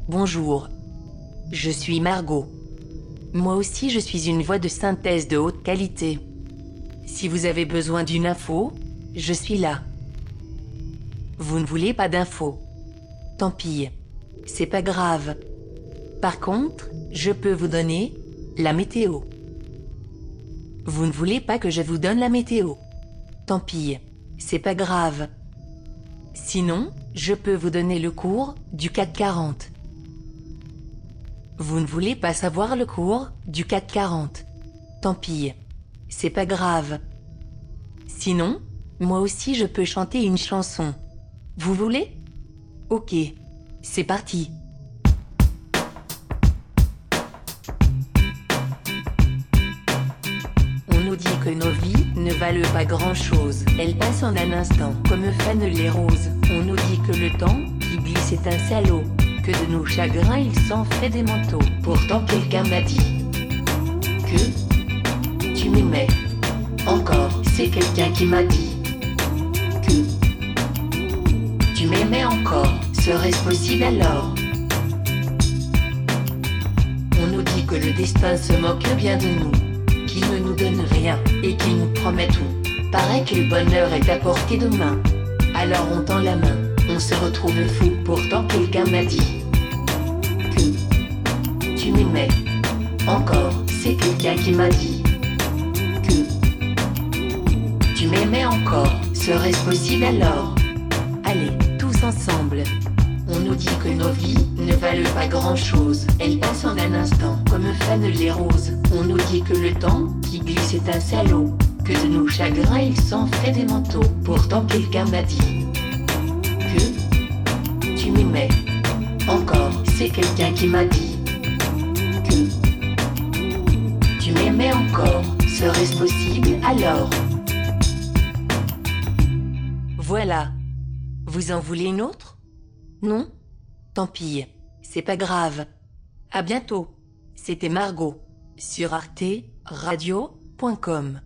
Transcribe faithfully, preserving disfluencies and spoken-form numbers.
Bonjour. Je suis Margot. Moi aussi je suis une voix de synthèse de haute qualité. Si vous avez besoin d'une info, je suis là. Vous ne voulez pas d'infos. Tant pis. C'est pas grave. Par contre, je peux vous donner la météo. Vous ne voulez pas que je vous donne la météo. Tant pis. C'est pas grave. Sinon, je peux vous donner le cours du C A C quarante. Vous ne voulez pas savoir le cours du C A C quarante. Tant pis. C'est pas grave. Sinon, moi aussi je peux chanter une chanson. Vous voulez? Ok. C'est parti. On nous dit que nos vies ne valent pas grand-chose. Elles passent en un instant, comme fanent les roses. On nous dit que le temps qui glisse est un salaud, que de nos chagrins il s'en fait des manteaux. Pourtant quelqu'un m'a dit que tu m'aimais. Encore, c'est quelqu'un qui m'a dit que tu m'aimais encore. Serait-ce possible alors? On nous dit que le destin se moque bien de nous, qu'il ne nous donne rien et qu'il nous promet tout. Paraît que le bonheur est à portée de main. Alors on tend la main, on se retrouve fou. Pourtant quelqu'un m'a dit que tu m'aimais. Encore, c'est quelqu'un qui m'a dit que tu m'aimais encore. Serait-ce possible alors? Allez, tous ensemble. On nous dit que nos vies ne valent pas grand-chose. Elles passent en un instant, comme fanent les roses. On nous dit que le temps qui glisse est un salaud, que de nos chagrins il s'en fait des manteaux. Pourtant quelqu'un m'a dit que tu m'aimais. Encore, c'est quelqu'un qui m'a dit que tu m'aimais encore. Serait-ce possible alors? Voilà. Vous en voulez une autre? Non? Tant pis. C'est pas grave. À bientôt. C'était Margot sur arte radio point com.